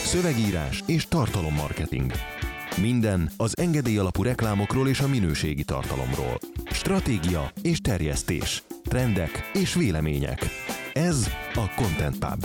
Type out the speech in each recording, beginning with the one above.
szövegírás és tartalommarketing. Minden az engedély alapú reklámokról és a minőségi tartalomról. Stratégia és terjesztés. Trendek és vélemények. Ez a Content Pub.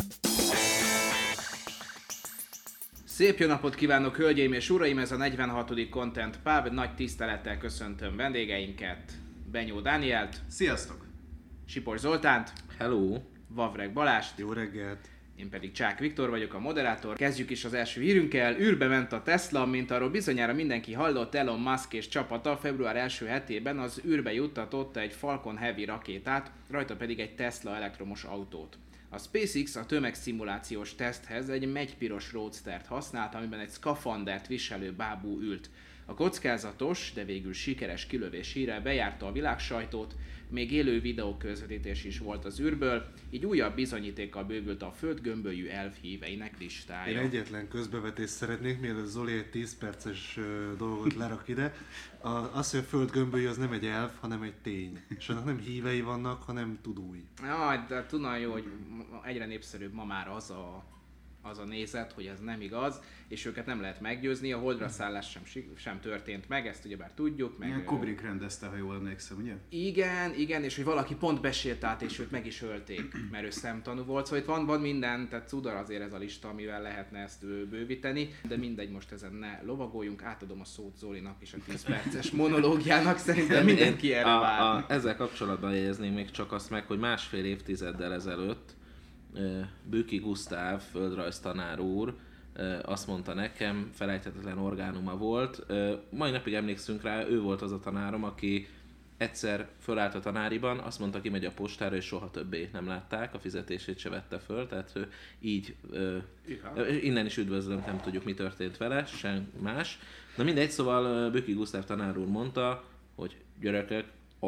Szép jó napot kívánok, hölgyeim és uraim! Ez a 46. Content Pub. Nagy tisztelettel köszöntöm vendégeinket. Benyó Dánielt. Sziasztok! Sipos Zoltánt. Hello! Vavreg Balást. Jó reggelt! Én pedig Csák Viktor vagyok, a moderátor. Kezdjük is az első hírünkkel. Űrbe ment a Tesla, mint arról bizonyára mindenki hallott. Elon Musk és csapata február első hetében az űrbe juttatott egy Falcon Heavy rakétát, rajta pedig egy Tesla elektromos autót. A SpaceX a tömegszimulációs teszthez egy megypiros roadstert használt, amiben egy szkafandert viselő bábú ült. A kockázatos, de végül sikeres kilövés híre bejárta a világsajtót, még élő videóközvetítés is volt az űrből, így újabb bizonyítékkal bővült a Föld gömbölyű elf híveinek listája. Én egyetlen közbevetést szeretnék, mielőtt Zoli egy 10 perces dolgot lerak ide. Az, hogy a Föld gömbölyű, az nem egy elf, hanem egy tény. És annak nem hívei vannak, hanem tudói. Jaj, de tudom jó, hogy egyre népszerűbb ma már az a nézet, hogy ez nem igaz, és őket nem lehet meggyőzni, a holdra szállás sem történt meg, ezt ugyebár tudjuk. Meg, ilyen Kubrick rendezte, ha jól emlékszem, ugye? Igen, és hogy valaki pont besétált, és őt meg is ölték, mert ő szemtanú volt, szóval itt van minden, tehát cudar azért ez a lista, amivel lehetne ezt bővíteni, de mindegy, most ezen ne lovagoljunk, átadom a szót Zolinak és a 10 perces monológiának, szerintem mindenki erre vár. Ezzel kapcsolatban jegyezném még csak azt meg, hogy másfél évtizeddel ezelőtt Bükki Gusztáv földrajztanár úr azt mondta nekem, felejthetetlen orgánuma volt. Mai napig emlékszünk rá, ő volt az a tanárom, aki egyszer fölállt a tanáriban, azt mondta, kimegy a postára, és soha többé nem látták, a fizetését se vette föl, tehát így innen is üdvözlöm, nem tudjuk, mi történt vele, sem más. Na mindegy, szóval Bükki Gusztáv tanár úr mondta, hogy gyerekek, a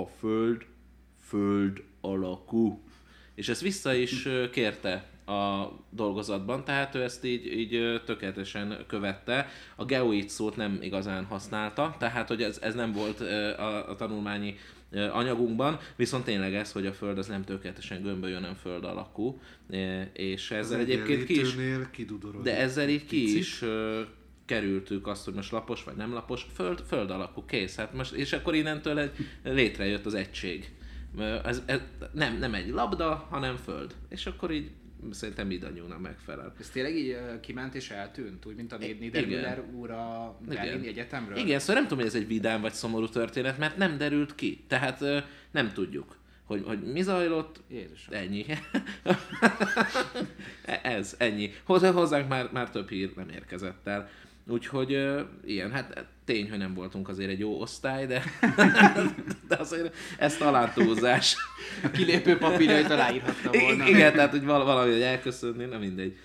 föld alakú. És ezt vissza is kérte a dolgozatban, tehát ő ezt így tökéletesen követte. A geoid szót nem igazán használta, tehát hogy ez nem volt a tanulmányi anyagunkban, viszont tényleg ez, hogy a Föld az nem tökéletesen gömbölyű, hanem föld alakú, és ezzel egyébként ki is kerültük azt, hogy most lapos vagy nem lapos, föld alakú, kész, hát most, és akkor innentől létrejött az egység. Ez nem egy labda, hanem föld. És akkor így szerintem mindannyiunknak megfelel. Ez tényleg így kiment és eltűnt? Úgy, mint a Niedermüller úr a Berlini Egyetemről? Igen, szóval nem tudom, hogy ez egy vidám vagy szomorú történet, mert nem derült ki. Tehát nem tudjuk, hogy mi zajlott. Jézusom. Ennyi. Ennyi. Hozzánk már több hír nem érkezett el. Úgyhogy ilyen, hát tény, hogy nem voltunk azért egy jó osztály, de azért ez talán túlzás. A kilépő papírjait aláírhatta volna. Igen, tehát hogy valahogy elköszönni, nem mindegy.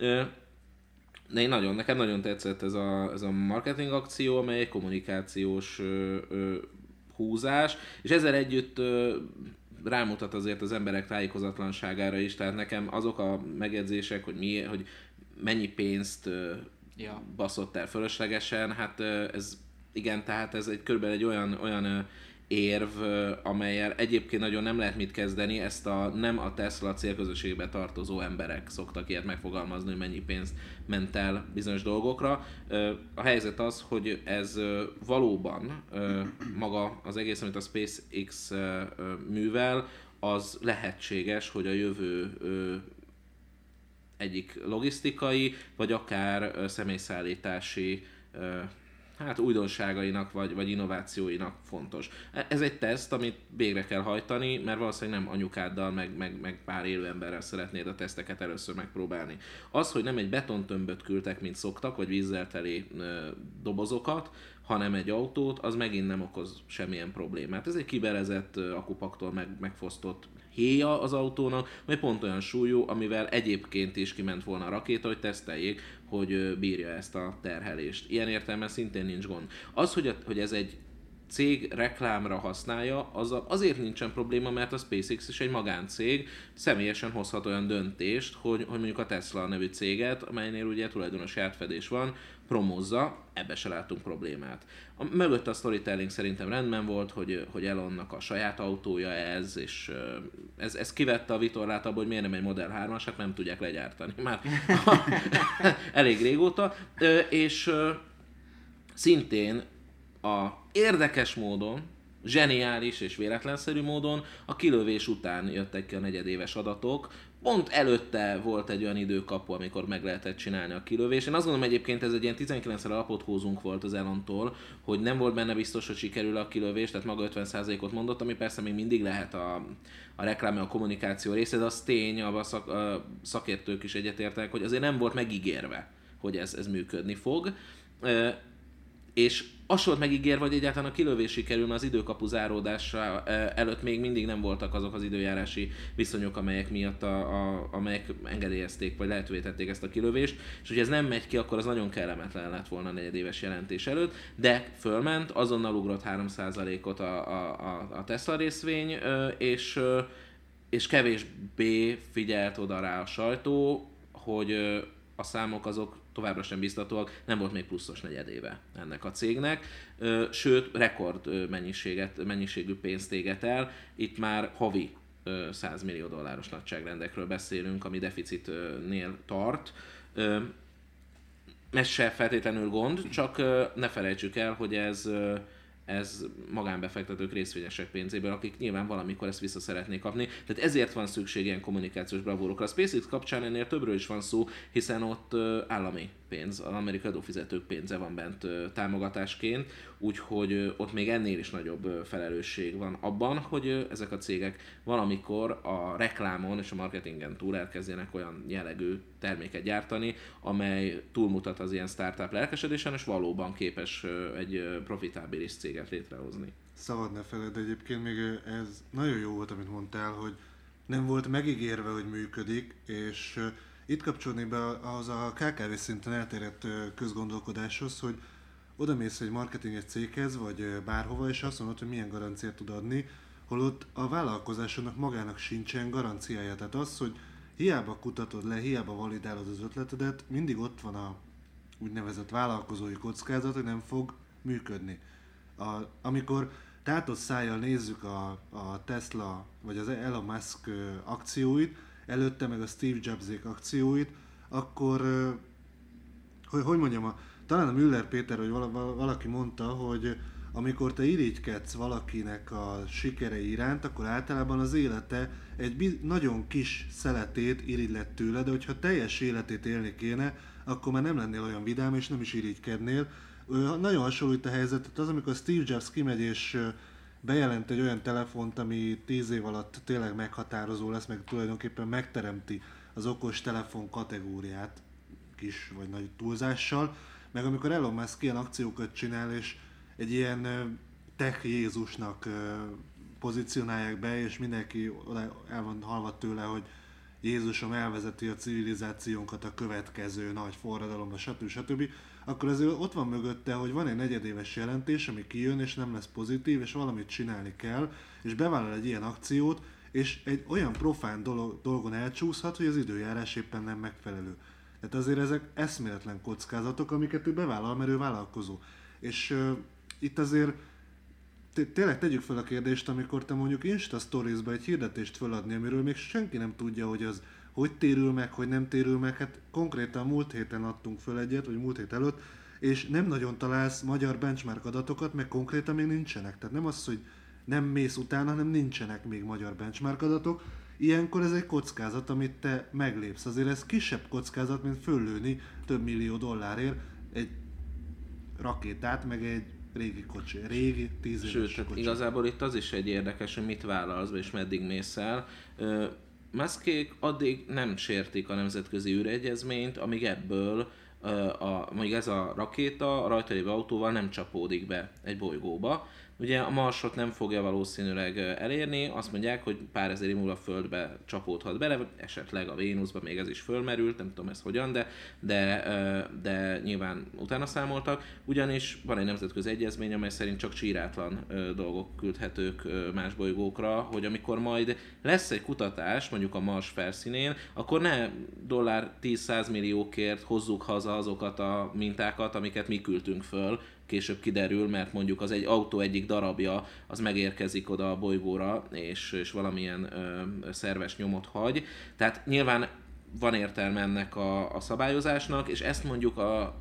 Nekem nagyon tetszett ez a marketing akció, amely egy kommunikációs húzás, és ezzel együtt rámutat azért az emberek tájékozatlanságára is, tehát nekem azok a megjegyzések, hogy mennyi pénzt baszott el fölöslegesen, hát ez igen, tehát ez körülbelül egy olyan érv, amellyel egyébként nagyon nem lehet mit kezdeni, ezt nem a Tesla célközösségbe tartozó emberek szoktak ilyet megfogalmazni, hogy mennyi pénzt ment el bizonyos dolgokra. A helyzet az, hogy ez valóban maga az egész, amit a SpaceX művel, az lehetséges, hogy a jövő egyik logisztikai, vagy akár személyszállítási újdonságainak, vagy innovációinak fontos. Ez egy teszt, amit végre kell hajtani, mert valószínűleg nem anyukáddal, meg pár élő emberrel szeretnéd a teszteket először megpróbálni. Az, hogy nem egy betontömböt küldtek, mint szoktak, vagy vízzel teli dobozokat, hanem egy autót, az megint nem okoz semmilyen problémát. Ez egy kibelezett, akupaktól megfosztott héja az autónak, vagy pont olyan súlyú, amivel egyébként is kiment volna a rakéta, hogy teszteljék, hogy bírja ezt a terhelést. Ilyen értelemben szintén nincs gond. Az, hogy ez egy cég reklámra használja, azért nincsen probléma, mert a SpaceX is egy magáncég, személyesen hozhat olyan döntést, hogy mondjuk a Tesla nevű céget, amelynél ugye tulajdonosi átfedés van, promózza, ebbe se látunk problémát. Mögött a storytelling szerintem rendben volt, hogy Elonnak a saját autója ez, és ez kivette a vitorlát abból, hogy miért nem egy Model 3-as, hát nem tudják legyártani már elég régóta, és szintén a érdekes módon, zseniális és véletlenszerű módon a kilövés után jöttek ki a negyedéves adatok. Pont előtte volt egy olyan időkapu, amikor meg lehetett csinálni a kilövést. Én azt gondolom egyébként ez egy ilyen 19-re alapot húzunk volt az Elontól, hogy nem volt benne biztos, hogy sikerül a kilövés, tehát maga 50%-ot mondott, ami persze még mindig lehet a reklám, a kommunikáció része, de az tény, a szakértők is egyetértenek, hogy azért nem volt megígérve, hogy ez működni fog. És az volt megígérve, hogy egyáltalán a kilövés sikerül, mert az időkapu záródása előtt még mindig nem voltak azok az időjárási viszonyok, amelyek miatt amelyek engedélyezték, vagy lehetővé tették ezt a kilövést, és hogyha ez nem megy ki, akkor az nagyon kellemetlen lett volna a negyedéves jelentés előtt, de fölment, azonnal ugrott 3%-ot a Tesla részvény, és kevésbé figyelt oda rá a sajtó, hogy a számok azok továbbra sem biztatóak, nem volt még pluszos negyedéve ennek a cégnek, sőt rekord mennyiségű pénzt éget el, itt már havi $100 millió nagyságrendekről beszélünk, ami deficitnél tart. Ez se feltétlenül gond, csak ne felejtsük el, hogy ez magánbefektetők, részvényesek pénzéből, akik nyilván valamikor ezt vissza szeretnék kapni. Tehát ezért van szükség ilyen kommunikációs bravúrokra. A SpaceX kapcsán ennél többről is van szó, hiszen ott állami pénz, az amerikai adófizetők pénze van bent támogatásként, úgyhogy ott még ennél is nagyobb felelősség van abban, hogy ezek a cégek valamikor a reklámon és a marketingen túl elkezdjenek olyan jellegű terméket gyártani, amely túlmutat az ilyen startup lelkesedésen, és valóban képes egy profitábilis céget létrehozni. Szabad ne feled, egyébként még ez nagyon jó volt, amit mondtál, hogy nem volt megígérve, hogy működik, és itt kapcsolni be az a KKV szinten elterjedt közgondolkodáshoz, hogy odamész egy marketinges céghez, vagy bárhova, és azt mondod, hogy milyen garanciát tud adni, holott a vállalkozásodnak magának sincsen garanciája. Tehát az, hogy hiába kutatod le, hiába validálod az ötletedet, mindig ott van a úgynevezett vállalkozói kockázat, hogy nem fog működni. Amikor tátott szájjal nézzük a Tesla vagy az Elon Musk akcióit, előtte meg a Steve Jobs-ék akcióit, akkor, hogy mondjam, talán a Müller Péter, hogy valaki mondta, hogy amikor te irigykedsz valakinek a sikerei iránt, akkor általában az élete egy nagyon kis szeletét irigylett tőle, de hogyha teljes életét élni kéne, akkor már nem lennél olyan vidám, és nem is irigykednél. Nagyon hasonlít a helyzetet az, amikor Steve Jobs kimegy és bejelent egy olyan telefont, ami 10 év alatt tényleg meghatározó lesz, meg tulajdonképpen megteremti az okos telefon kategóriát, kis vagy nagy túlzással, meg amikor Elon Musk ilyen akciókat csinál, és egy ilyen tech Jézusnak pozícionálják be, és mindenki el van halva tőle, hogy Jézusom elvezeti a civilizációnkat a következő nagy forradalomba, stb. Akkor azért ott van mögötte, hogy van egy negyedéves jelentés, ami kijön, és nem lesz pozitív, és valamit csinálni kell, és bevállal egy ilyen akciót, és egy olyan profán dolgon elcsúszhat, hogy az időjárás éppen nem megfelelő. Tehát azért ezek eszméletlen kockázatok, amiket ő bevállal, mert ő vállalkozó. És itt azért tényleg tegyük fel a kérdést, amikor te mondjuk Insta Stories-ba egy hirdetést föladni, amiről még senki nem tudja, hogy az hogy térül meg, hogy nem térül meg. Hát konkrétan múlt héten adtunk föl egyet, vagy múlt hét előtt, és nem nagyon találsz magyar benchmark adatokat, meg konkrétan még nincsenek. Tehát nem az, hogy nem mész utána, hanem nincsenek még magyar benchmark adatok. Ilyenkor ez egy kockázat, amit te meglépsz. Azért ez kisebb kockázat, mint föllőni több millió dollárért egy rakétát, meg egy régi 10 éves kocsi. Igazából itt az is egy érdekes, hogy mit vállalsz be és meddig mész el. Muskék addig nem sértik a nemzetközi űregyezményt, amíg ebből mondjuk ez a rakéta a rajta lévő autóval nem csapódik be egy bolygóba. Ugye a Marsot nem fogja valószínűleg elérni, azt mondják, hogy pár ezer év múlva a Földbe csapódhat bele, esetleg a Vénuszba még ez is fölmerült, nem tudom ez hogyan, de nyilván utána számoltak, ugyanis van egy nemzetközi egyezmény, amely szerint csak csírátlan dolgok küldhetők más bolygókra, hogy amikor majd lesz egy kutatás, mondjuk a Mars felszínén, akkor ne $10-100 milliókért hozzuk haza azokat a mintákat, amiket mi küldtünk föl, később kiderül, mert mondjuk az egy autó egyik darabja az megérkezik oda a bolygóra, és valamilyen szerves nyomot hagy. Tehát nyilván van értelme ennek a szabályozásnak, és ezt mondjuk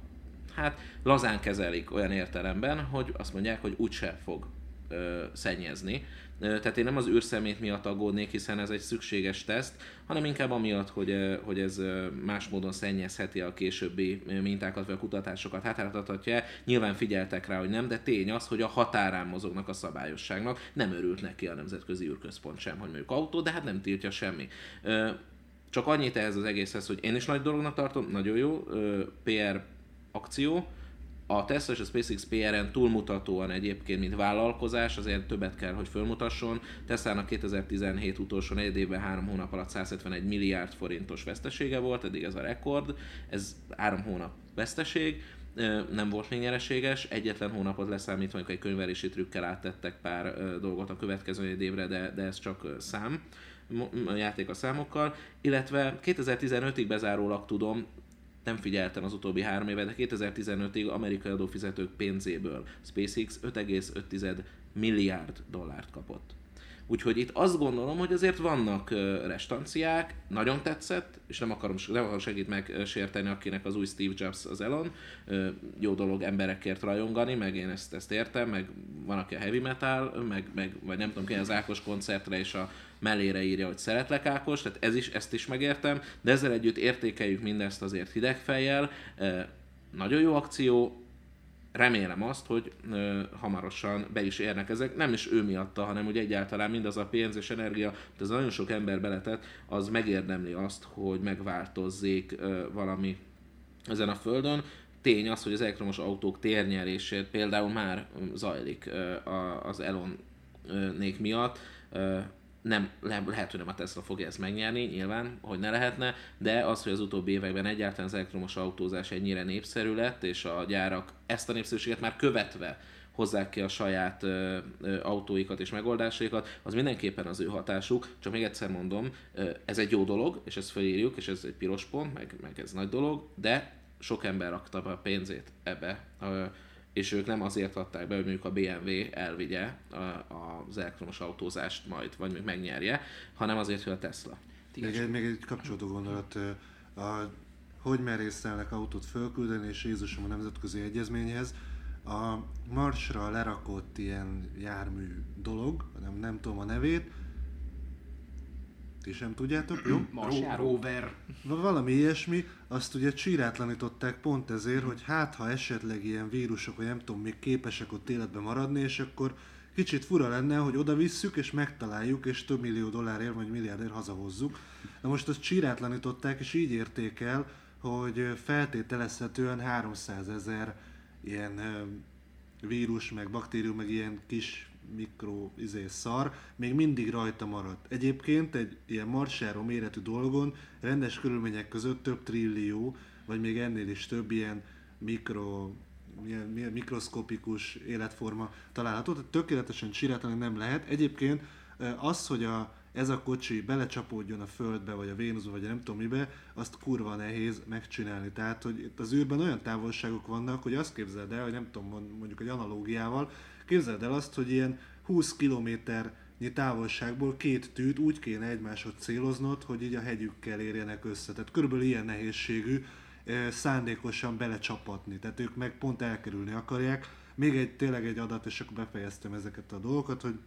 lazán kezelik olyan értelemben, hogy azt mondják, hogy úgyse fog szennyezni. Tehát én nem az űrszemét miatt aggódnék, hiszen ez egy szükséges teszt, hanem inkább amiatt, hogy ez más módon szennyezheti a későbbi mintákat, vagy a kutatásokat hátráltathatja. Nyilván figyeltek rá, hogy nem, de tény az, hogy a határán mozognak a szabályosságnak. Nem örült neki a Nemzetközi űrközpont sem, hogy mondjuk autó, de hát nem tiltja semmi. Csak annyit ehhez az egészhez, hogy én is nagy dolognak tartom, nagyon jó, PR akció. A Tesla és a SpaceX PR-en túlmutatóan egyébként, mint vállalkozás, azért többet kell, hogy fölmutasson. Teslának 2017 utolsó negyedében 3 hónap alatt 171 milliárd forintos vesztesége volt, eddig ez a rekord. Ez 3 hónap veszteség, nem volt még nyereséges, egyetlen hónapot leszámítva, amikor egy könyvelési trükkel áttettek pár dolgot a következő évre, de ez csak szám, a játék a számokkal, illetve 2015-ig bezárólag tudom, nem figyeltem az utóbbi 3 évet, de 2015-ig amerikai adófizetők pénzéből SpaceX 5,5 milliárd dollárt kapott. Úgyhogy itt azt gondolom, hogy azért vannak restanciák, nagyon tetszett, és nem akarom segít megsérteni, akinek az új Steve Jobs az Elon. Jó dolog emberekért rajongani, meg én ezt értem, meg van, aki a heavy metal, vagy nem tudom ki, az Ákos koncertre és a mellére írja, hogy szeretlek Ákos, tehát ezt is megértem, de ezzel együtt értékeljük mindezt azért hideg fejjel. Nagyon jó akció, remélem azt, hogy hamarosan be is érnek ezek, nem is ő miatta, hanem hogy egyáltalán mindaz a pénz és energia, ez nagyon sok ember beletett, az megérdemli azt, hogy megváltozzék valami ezen a földön. Tény az, hogy az elektromos autók térnyerését például már zajlik az Elon-nék miatt, lehet, hogy nem a Tesla fogja ezt megnyerni, nyilván, hogy ne lehetne, de az, hogy az utóbbi években egyáltalán az elektromos autózás ennyire népszerű lett, és a gyárak ezt a népszerűséget már követve hozzák ki a saját autóikat és megoldásaikat, az mindenképpen az ő hatásuk. Csak még egyszer mondom, ez egy jó dolog, és ezt felírjuk, és ez egy piros pont, meg ez nagy dolog, de sok ember rakta be a pénzét ebbe, és ők nem azért adták be, hogy mondjuk a BMW elvigye az elektromos autózást majd, vagy még megnyerje, hanem azért, hogy a Tesla. Még egy kapcsolódó gondolat, hogy merészelnek autót fölküldeni, és Jézusom a nemzetközi egyezményhez. A Marsra lerakott ilyen jármű dolog, nem tudom a nevét, ti sem tudjátok, jó? Rover. Valami ilyesmi, azt ugye csírátlanították pont ezért, hogy ha esetleg ilyen vírusok, vagy nem tudom, még képesek ott életben maradni, és akkor kicsit fura lenne, hogy oda visszük, és megtaláljuk, és több millió dollárért, vagy milliárdért hazahozzuk. Na most azt csírátlanították, és így érték el, hogy feltételezhetően 300 000 ilyen vírus, meg baktérium, meg ilyen kis szar még mindig rajta maradt. Egyébként egy ilyen marsjáró méretű dolgon rendes körülmények között több trillió, vagy még ennél is több ilyen mikroszkopikus életforma található, tehát tökéletesen csírátlanul nem lehet. Egyébként az, hogy ez a kocsi belecsapódjon a Földbe, vagy a Vénuszba, vagy nem tudom mibe, azt kurva nehéz megcsinálni. Tehát, hogy itt az űrben olyan távolságok vannak, hogy azt képzeld el, hogy nem tudom, mondjuk egy analógiával, képzeld el azt, hogy ilyen 20 kilométernyi távolságból 2 tűt úgy kéne egymáshoz céloznod, hogy így a hegyükkel érjenek össze. Tehát körülbelül ilyen nehézségű szándékosan belecsapatni. Tehát ők meg pont elkerülni akarják. Még tényleg egy adat, és akkor befejeztem ezeket a dolgokat, hogy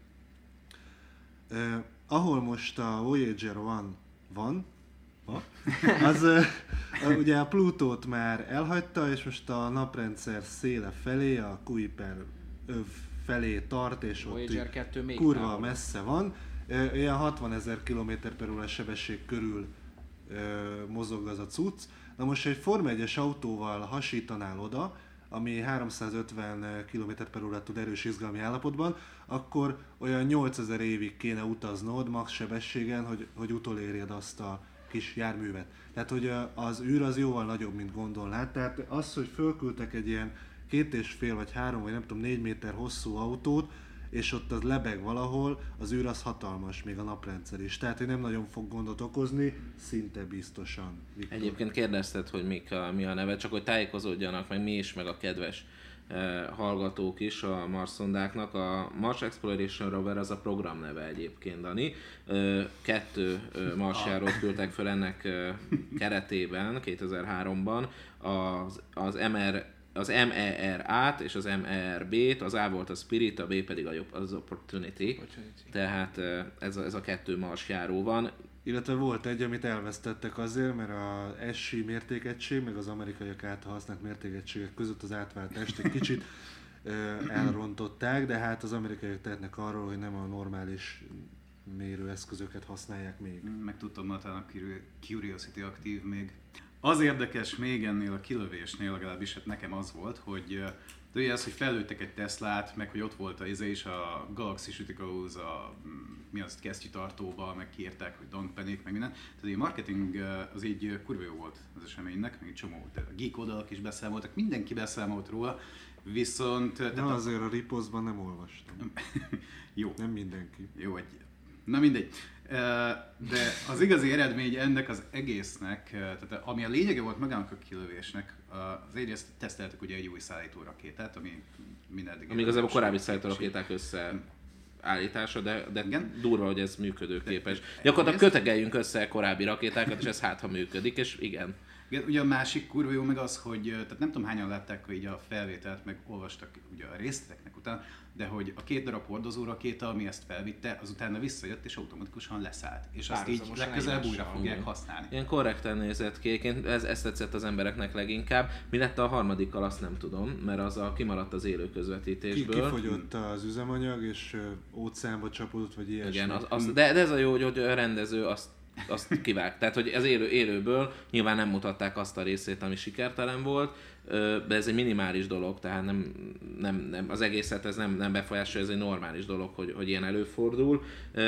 ahol most a Voyager van, az ugye a Plutót már elhagyta, és most a naprendszer széle felé, a Kuiper öv felé tart, és Voyager ott 2 még kurva távol. messze van. Ilyen 60 000 km/h sebesség körül mozog az a cucc. Na most, egy Forma 1-es autóval hasítanál oda, ami 350 km/h tud erős izgalmi állapotban, akkor olyan 8000 évig kéne utaznod max sebességen, hogy utolérjed azt a kis járművet. Tehát, hogy az űr az jóval nagyobb, mint gondolnád. Tehát az, hogy fölküldtek egy ilyen 2,5 vagy 3 vagy nem tudom 4 méter hosszú autót, és ott az lebeg valahol, az űr az hatalmas, még a naprendszer is. Tehát, hogy nem nagyon fog gondot okozni, szinte biztosan. Viktor. Egyébként kérdezted, hogy mi a neve, csak hogy tájékozódjanak meg mi is, meg a kedves hallgatók is a Mars-szondáknak. A Mars Exploration Rover az a program neve egyébként, Dani. 2 Mars-járót küldtek fel ennek keretében 2003-ban. Az MER-A-t és az MER-B-t, az A volt a Spirit, a B pedig az Opportunity. Tehát ez a 2 Mars-járó van. Illetve volt egy, amit elvesztettek azért, mert a SI mértékegység, meg az amerikaiak által használt mértékegységek között az átváltást egy kicsit elrontották, de hát az amerikaiak tehetnek arról, hogy nem a normális mérőeszközöket használják még. Megtudtam, hogy a Curiosity aktív még. Az érdekes még ennél a kilövésnél, legalábbis hát nekem az volt, hogy ugye az, hogy felőttek egy Teslát, meg hogy ott volt a izé is a Galaxy Shooticals, mi az kesztyűtartóba, meg kiírták, hogy don't panic, meg minden. Tehát a marketing az így kurva jó volt az eseménynek, meg egy csomó a geek oldalak is beszámoltak, mindenki beszámolt róla, viszont... Na azért a riposztban nem olvastam. Jó. Nem mindenki. Jó, na mindegy. De az igazi eredmény ennek az egésznek, tehát ami a lényege volt magának a kilövésnek, az egyrészt teszteltük ugye egy új szállító rakétát, ami mindeddig... Ami igazából korábbi szállító rakéták összeállítása, de durva, hogy ez működőképes. Gyakorlatilag kötegeljünk össze korábbi rakétákat, és ez ha működik, és igen. Ugye a másik kurva jó meg az, hogy tehát nem tudom hányan látták így a felvételt, meg olvastak ugye a részleteknek utána, de hogy a 2 darab hordozó rakéta, ami ezt felvitte, az utána visszajött és automatikusan leszállt. És azt így legközelebb újra fogják használni. Ilyen korrekten nézett ki, ez tetszett az embereknek leginkább. Mi lett a harmadikkal, azt nem tudom, mert az kimaradt az élő közvetítésből. Kifogyott az üzemanyag, és óceánba csapódott, vagy ilyesmi. Igen, de ez a jó, hogy a rendező azt kivág. Tehát, hogy az élőből nyilván nem mutatták azt a részét, ami sikertelen volt, de ez egy minimális dolog, tehát nem az egészet ez nem befolyásolja, ez egy normális dolog, hogy ilyen előfordul,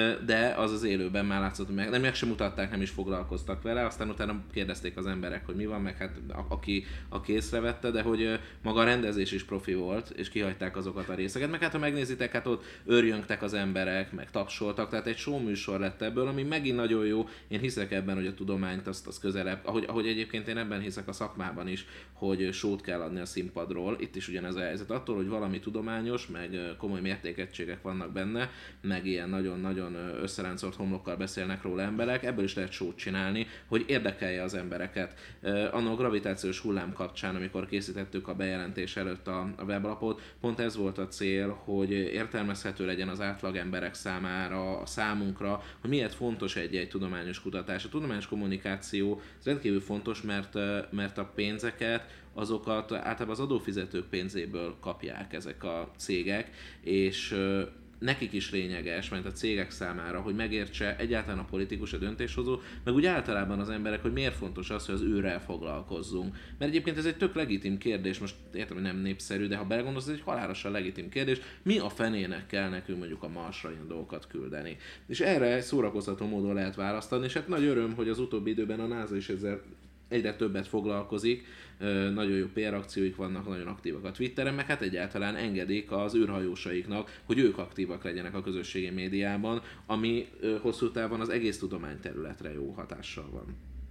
de az élőben már látszott, hogy meg sem mutatták, nem is foglalkoztak vele, aztán utána kérdezték az emberek, hogy mi van, meg hát aki észrevette, de hogy maga a rendezés is profi volt, és kihagyták azokat a részeket, meg hát ha megnézitek, hát ott őrjöngtek az emberek, meg tapsoltak, tehát egy show műsor lett ebből, ami megint nagyon jó, én hiszek ebben, hogy a tudományt azt közelebb, ahogy egyébként én ebben hiszek a szakmában is, hogy sót kell adni a színpadról. Itt is ugyanez a helyzet. Attól, hogy valami tudományos, meg komoly mértékegységek vannak benne, meg ilyen nagyon-nagyon összeráncolt homlokkal beszélnek róla emberek, ebből is lehet sót csinálni, hogy érdekelje az embereket. Anno gravitációs hullám kapcsán, amikor készítettük a bejelentés előtt a weblapot, pont ez volt a cél, hogy értelmezhető legyen az átlag emberek számára, a számunkra, hogy miért fontos egy tudományos kutatás. A tudományos kommunikáció rendkívül fontos, mert a pénzeket azokat általában az adófizetők pénzéből kapják ezek a cégek, és nekik is lényeges, mert a cégek számára, hogy megértse egyáltalán a politikus, a döntéshozó, meg úgy általában az emberek, hogy miért fontos az, hogy az űrrel foglalkozzunk. Mert egyébként ez egy tök legitim kérdés, most értem, hogy nem népszerű, de ha belegondolsz, ez egy halálosan legitim kérdés, mi a fenének kell nekünk mondjuk a Marsra ilyen dolgokat küldeni. És erre szórakoztató módon lehet választani, és hát nagy öröm, hogy az utóbbi időben a NASA is ezzel egyre többet foglalkozik, nagyon jó PR akcióik vannak, nagyon aktívak a Twitteren, meg hát egyáltalán engedik az űrhajósaiknak, hogy ők aktívak legyenek a közösségi médiában, ami hosszú távon az egész tudományterületre jó hatással van.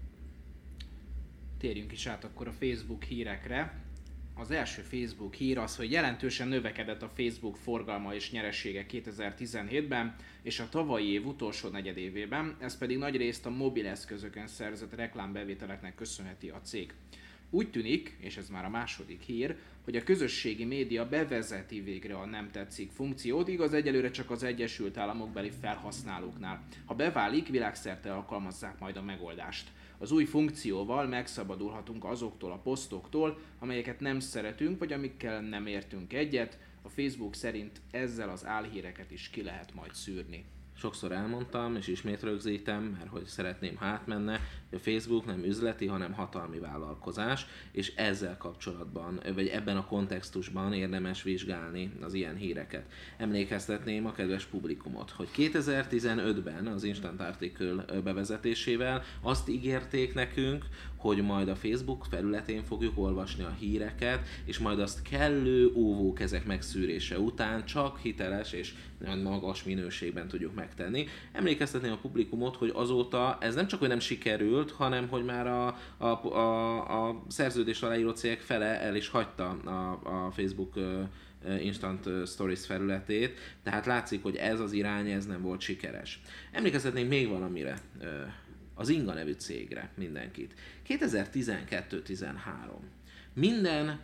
Térjünk is át akkor a Facebook hírekre. Az első Facebook hír az, hogy jelentősen növekedett a Facebook forgalma és nyeresége 2017-ben és a tavalyi év utolsó negyedévében, ez pedig nagyrészt a mobileszközökön szerzett reklámbevételeknek köszönheti a cég. Úgy tűnik, és ez már a második hír, hogy a közösségi média bevezeti végre a nem tetszik funkciót, igaz egyelőre csak az Egyesült Államokbeli felhasználóknál. Ha beválik, világszerte alkalmazzák majd a megoldást. Az új funkcióval megszabadulhatunk azoktól a posztoktól, amelyeket nem szeretünk, vagy amikkel nem értünk egyet. A Facebook szerint ezzel az álhíreket is ki lehet majd szűrni. sokszor elmondtam, és ismét rögzítem, mert hogy szeretném, ha átmenne, hogy a Facebook nem üzleti, hanem hatalmi vállalkozás, és ezzel kapcsolatban, vagy ebben a kontextusban érdemes vizsgálni az ilyen híreket. Emlékeztetném a kedves publikumot, hogy 2015-ben az Instant Article bevezetésével azt ígérték nekünk, hogy majd a Facebook felületén fogjuk olvasni a híreket, és majd azt kellő óvókezek megszűrése után csak hiteles és magas minőségben tudjuk megtenni. Emlékeztetném a publikumot, hogy azóta ez nem csak, hogy nem sikerült, hanem hogy már a szerződés aláíró cégek fele el is hagyta a Facebook Instant Stories felületét, tehát látszik, hogy ez az irány, ez nem volt sikeres. Emlékeztetnénk még valamire, az Inga nevű cégre mindenkit. 2012-13 minden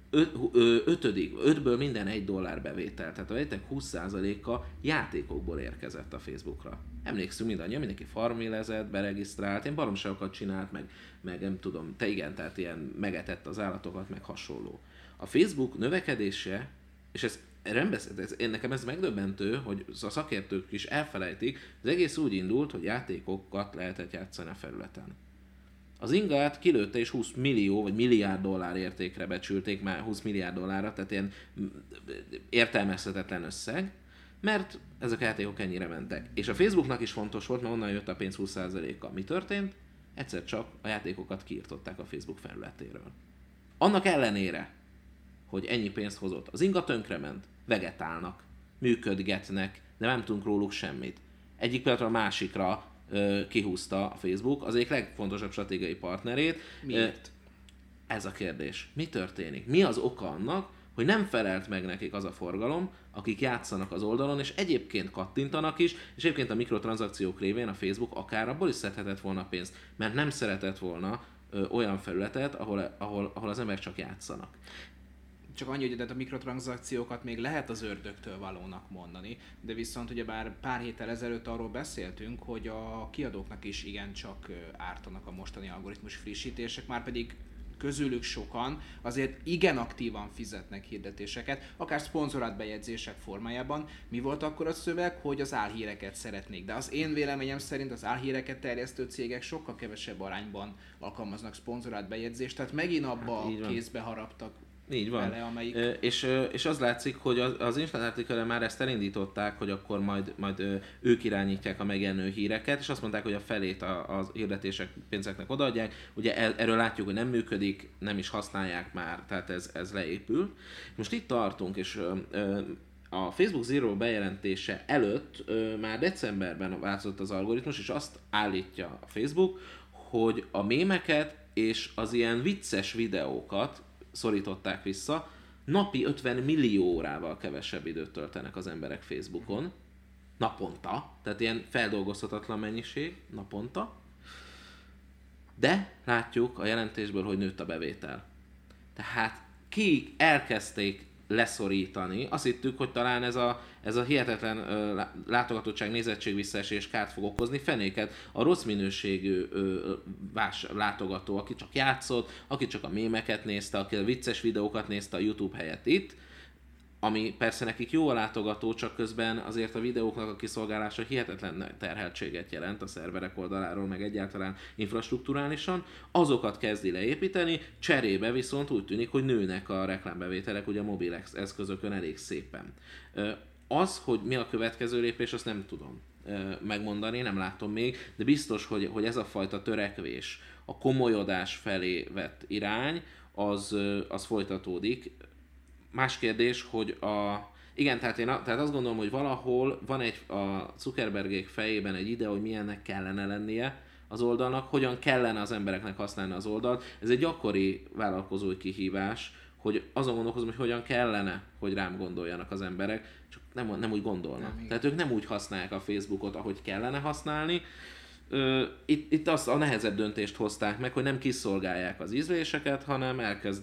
ötből minden $1 bevétel, tehát a bevételek 20%-a játékokból érkezett a Facebookra. Emlékszünk mindannyian, mindenki farmélezett, beregisztrált, ilyen baromságokat csinált, meg nem tudom, tehát ilyen megetett az állatokat, meg hasonló. A Facebook növekedése, és nekem ez megdöbbentő, hogy a szakértők is elfelejtik, az egész úgy indult, hogy játékokat lehetett játszani a felületen. Az Ingát kilőtte és 20 millió vagy milliárd dollár értékre becsülték, már 20 milliárd dollárra, tehát ilyen értelmezhetetlen összeg, mert ezek a játékok ennyire mentek. És a Facebooknak is fontos volt, mert onnan jött a pénz 20%-a. Mi történt? Egyszer csak a játékokat kiirtották a Facebook felületéről. Annak ellenére, hogy ennyi pénzt hozott, az Inga tönkrement, vegetálnak, működgetnek, de nem tudunk róluk semmit. Egyik pillanatra a másikra kihúzta a Facebook az egyik legfontosabb stratégiai partnerét. Miért? Ez a kérdés. Mi történik? Mi az oka annak, hogy nem felelt meg nekik az a forgalom, akik játszanak az oldalon, és egyébként kattintanak is, és egyébként a mikrotranszakciók révén a Facebook akár abból is szedhetett volna pénzt, mert nem szeretett volna olyan felületet, ahol az emberek csak játszanak. Csak annyi, hogy a mikrotranszakciókat még lehet az ördögtől valónak mondani, de viszont ugyebár pár héttel ezelőtt arról beszéltünk, hogy a kiadóknak is igencsak ártanak a mostani algoritmus frissítések, már pedig közülük sokan azért igen aktívan fizetnek hirdetéseket, akár szponzorált bejegyzések formájában. Mi volt akkor a szöveg, hogy az álhíreket szeretnék, de az én véleményem szerint az álhíreket terjesztő cégek sokkal kevesebb arányban alkalmaznak szponzorált bejegyzést, tehát megint abba a kézbe haraptak. Így van. Vele, amelyik... És az látszik, hogy az Instant Article-re már ezt elindították, hogy akkor majd ők irányítják a megjelenő híreket, és azt mondták, hogy a felét a hirdetések pénzeknek odaadják. Ugye erről látjuk, hogy nem működik, nem is használják már, tehát ez leépül. Most itt tartunk, és a Facebook Zero bejelentése előtt már decemberben változott az algoritmus, és azt állítja a Facebook, hogy a mémeket és az ilyen vicces videókat szorították vissza, napi 50 millió órával kevesebb időt töltenek az emberek Facebookon, naponta, tehát ilyen feldolgozhatatlan mennyiség, naponta, de látjuk a jelentésből, hogy nőtt a bevétel. Tehát ki elkezdték leszorítani, azt hittük, hogy talán ez a hihetetlen látogatottság, nézettség visszaesés kárt fog okozni, fenéket a rossz minőségű látogató, aki csak játszott, aki csak a mémeket nézte, aki a vicces videókat nézte a YouTube helyett itt, ami persze nekik jó a látogató, csak közben azért a videóknak a kiszolgálása hihetetlen terheltséget jelent a szerverek oldaláról, meg egyáltalán infrastrukturálisan, azokat kezdi leépíteni, cserébe viszont úgy tűnik, hogy nőnek a reklámbevételek ugye a mobil eszközökön elég szépen. Az, hogy mi a következő lépés, azt nem tudom megmondani, nem látom még, de biztos, hogy ez a fajta törekvés, a komolyodás felé vett irány, az folytatódik. Más kérdés, hogy igen, tehát azt gondolom, hogy valahol van a Zuckerbergék fejében egy ide, hogy milyennek kellene lennie az oldalnak, hogyan kellene az embereknek használni az oldalt. Ez egy gyakori vállalkozói kihívás, hogy azon gondolkozom, hogy hogyan kellene, hogy rám gondoljanak az emberek, csak nem úgy gondolnak. Tehát ők nem úgy használják a Facebookot, ahogy kellene használni. Itt azt a nehezebb döntést hozták meg, hogy nem kiszolgálják az ízléseket, hanem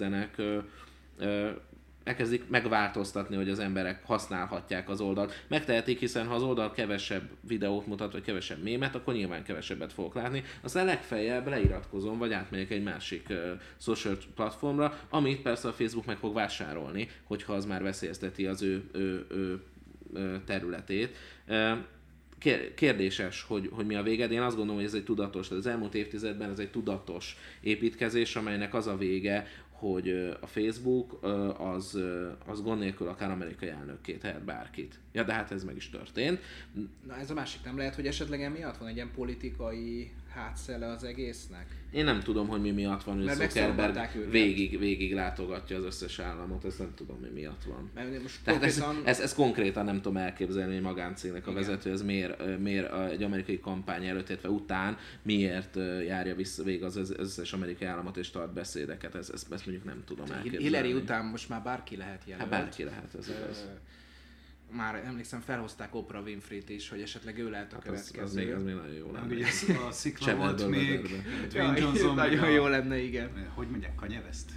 elkezdik megváltoztatni, hogy az emberek használhatják az oldalt. Megtehetik, hiszen ha az oldal kevesebb videót mutat, vagy kevesebb mémet, akkor nyilván kevesebbet fogok látni. Aztán legfeljebb leiratkozom, vagy átmegyek egy másik social platformra, amit persze a Facebook meg fog vásárolni, hogyha az már veszélyezteti az ő területét. kérdéses, hogy mi a véged. Én azt gondolom, hogy ez egy tudatos, tehát az elmúlt évtizedben ez egy tudatos építkezés, amelynek az a vége, hogy a Facebook az gond nélkül akár amerikai elnökként helyett bárkit. Ja, de hát ez meg is történt. Na ez a másik, nem lehet, hogy esetleg emiatt van egy ilyen politikai hátszele az egésznek? Én nem tudom, hogy mi miatt van, hogy Zuckerberg végig látogatja az összes államot, ezt nem tudom, mi miatt van. Ez konkrétan nem tudom elképzelni, hogy magáncégnek a vezető, ez miért egy amerikai kampány előtt, illetve után miért járja vissza végig az összes amerikai államot és tart beszédeket, ezt mondjuk nem tudom elképzelni. Hillary után most már bárki lehet jelölt. Hát bárki lehet, ez igaz. Már emlékszem, felhozták Oprah Winfreyt is, hogy esetleg ő lehet a következő. Az még nagyon jó lenne. Ugye a szikla volt még, Dwayne Johnson. Nagyon jó lenne, igen. Hogy mondják, Kanye West?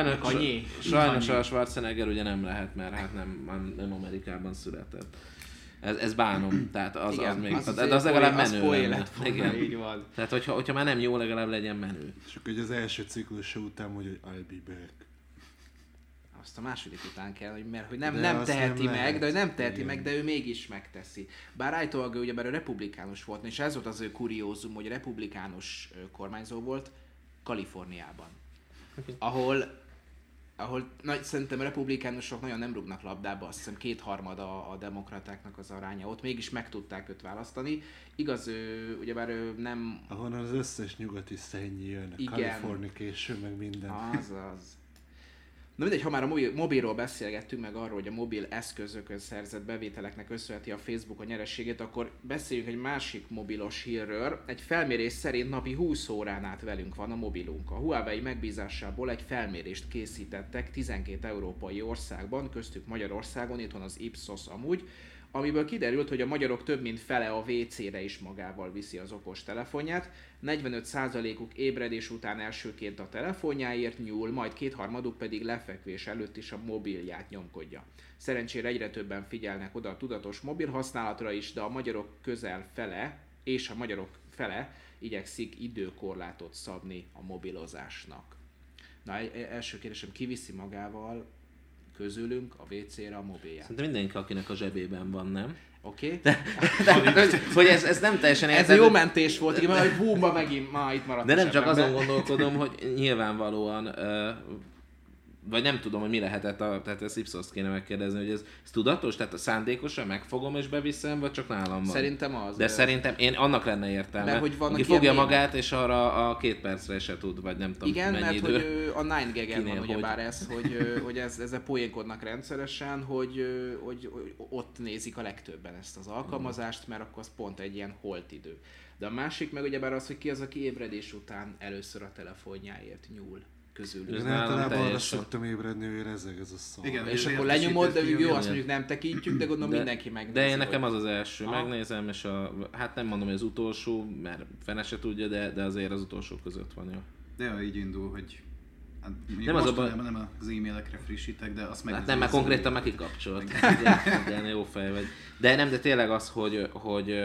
Sajnos a Schwarzenegger ugye nem lehet, mert hát nem Amerikában született. Ez bánom, tehát az még, az legalább menő lenne. Igen, így van. Tehát hogyha már nem jó, legalább legyen menő. És akkor az első ciklusa után mondja, hogy I'll be back. Azt a második után kell, hogy nem teheti meg, de nem teheti meg, de ő mégis megteszi. Bár állítólag ő ugyebár republikánus volt, és ez volt az ő kuriózum, hogy republikánus kormányzó volt Kaliforniában. Ahol szerintem a republikánusok nagyon nem rúgnak labdába, azt hiszem 2/3 a demokratáknak az aránya. Ott mégis meg tudták őt választani. Igaz, ugyebár ő nem... Ahonnan az összes nyugati szennyi jön, a Californication, meg minden. Azaz. Na mindegy, ha már a mobilról beszélgettünk, meg arról, hogy a mobil eszközökön szerzett bevételeknek köszönheti a Facebook a nyerességét, akkor beszéljünk egy másik mobilos hírről. Egy felmérés szerint napi 20 órán át velünk van a mobilunk. A Huawei megbízásából egy felmérést készítettek 12 európai országban, köztük Magyarországon, itthon az Ipsos amúgy, amiből kiderült, hogy a magyarok több mint fele a WC-re is magával viszi az okos telefonját, 45%-uk ébredés után elsőként a telefonjáért nyúl, majd 2/3 pedig lefekvés előtt is a mobilját nyomkodja. Szerencsére egyre többen figyelnek oda a tudatos mobil használatra is, de a magyarok közel fele igyekszik időkorlátot szabni a mobilozásnak. Na, első kérdésem, ki viszi magával közülünk a WC-re a mobilját? Szerintem mindenki, akinek a zsebében van, nem? Oké. Hogy ez nem teljesen érted. Ez jó mentés volt, igen, mert búmba megint ma itt maradt. De nem csak azon gondolkodom, hogy nyilvánvalóan, vagy nem tudom, hogy mi lehetett, tehát ezt Ipsos-t kéne megkérdezni, hogy ez tudatos, tehát szándékosan megfogom és beviszem, vagy csak nálam van? Szerintem az. De szerintem annak lenne értelme, mert, hogy aki fogja magát, és arra a 2 percre se tud, vagy nem tudom igen, mennyi idő. Igen, mert hogy a 9gag-en van ugyebár ez, hogy ezzel poénkodnak rendszeresen, hogy ott nézik a legtöbben ezt az alkalmazást, mert akkor az pont egy ilyen holt idő. De a másik meg ugyebár az, hogy ki az, aki ébredés után először a telefonjáért nyúl közülük. Én általában arra szoktam ébredni, hogy rezeg ez a szó. Igen, és akkor lenyomod, de jó, azt mondjuk nem tekintjük, de gondolom mindenki megnézi. De én nekem az első, megnézem, és hát nem mondom, hogy az utolsó, mert fene se tudja, de azért az utolsó között van, jó. De így indul, hogy nem az e-mailekre frissítek, de azt megnézem. Hát nem, mert konkrétan meg kikapcsolt. Igen, jó fej vagy. De tényleg az, hogy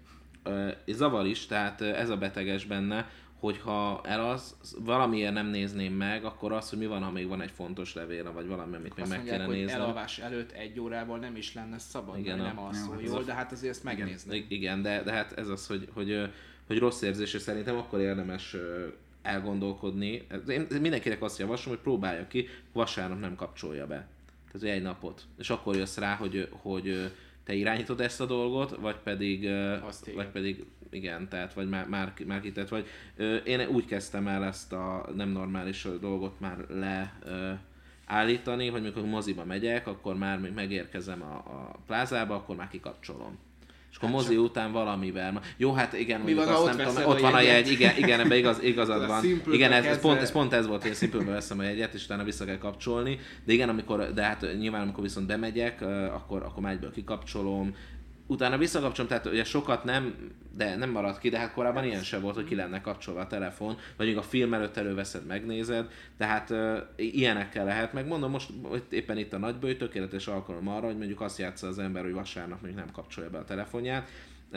zavar is, tehát ez a beteges benne, hogyha valamiért nem nézném meg, akkor az, hogy mi van, ha még van egy fontos levél, vagy valami, amit még meg kéne nézni. Hogy elalvás előtt 1 órával nem is lenne szabad, igen, nem alszol jól, de hát azért ezt megnézni. Igen, de hát ez az, hogy rossz érzés, és szerintem akkor érdemes elgondolkodni. Én mindenkinek azt javaslom, hogy próbálja ki, vasárnap nem kapcsolja be. Tehát egy napot. És akkor jössz rá, hogy te irányítod ezt a dolgot, vagy pedig igen, tehát vagy már kitett vagy. Én úgy kezdtem el ezt a nem normális dolgot már leállítani, hogy mikor moziba megyek, akkor már még megérkezem a plázába, akkor már kikapcsolom. És akkor mozi után valamivel. Jó, hát igen, mondjuk azt nem tudom, ott van a jegy, igen, ebben igazad van. Igen, ez pont ez volt, hogy én Simple-be veszem a jegyet, és utána vissza kell kapcsolni. De igen, de hát nyilván amikor viszont bemegyek, akkor már egyből kikapcsolom. Utána visszakapcsolom, tehát ugye sokat nem marad ki, de hát korábban ilyen se volt, hogy ki lenne kapcsolva a telefon, vagy a film előtt előveszed, megnézed, tehát ilyenekkel lehet. Megmondom, most éppen itt a nagyböly, tökéletes alkalom arra, hogy mondjuk azt játsza az ember, hogy vasárnap mondjuk nem kapcsolja be a telefonját.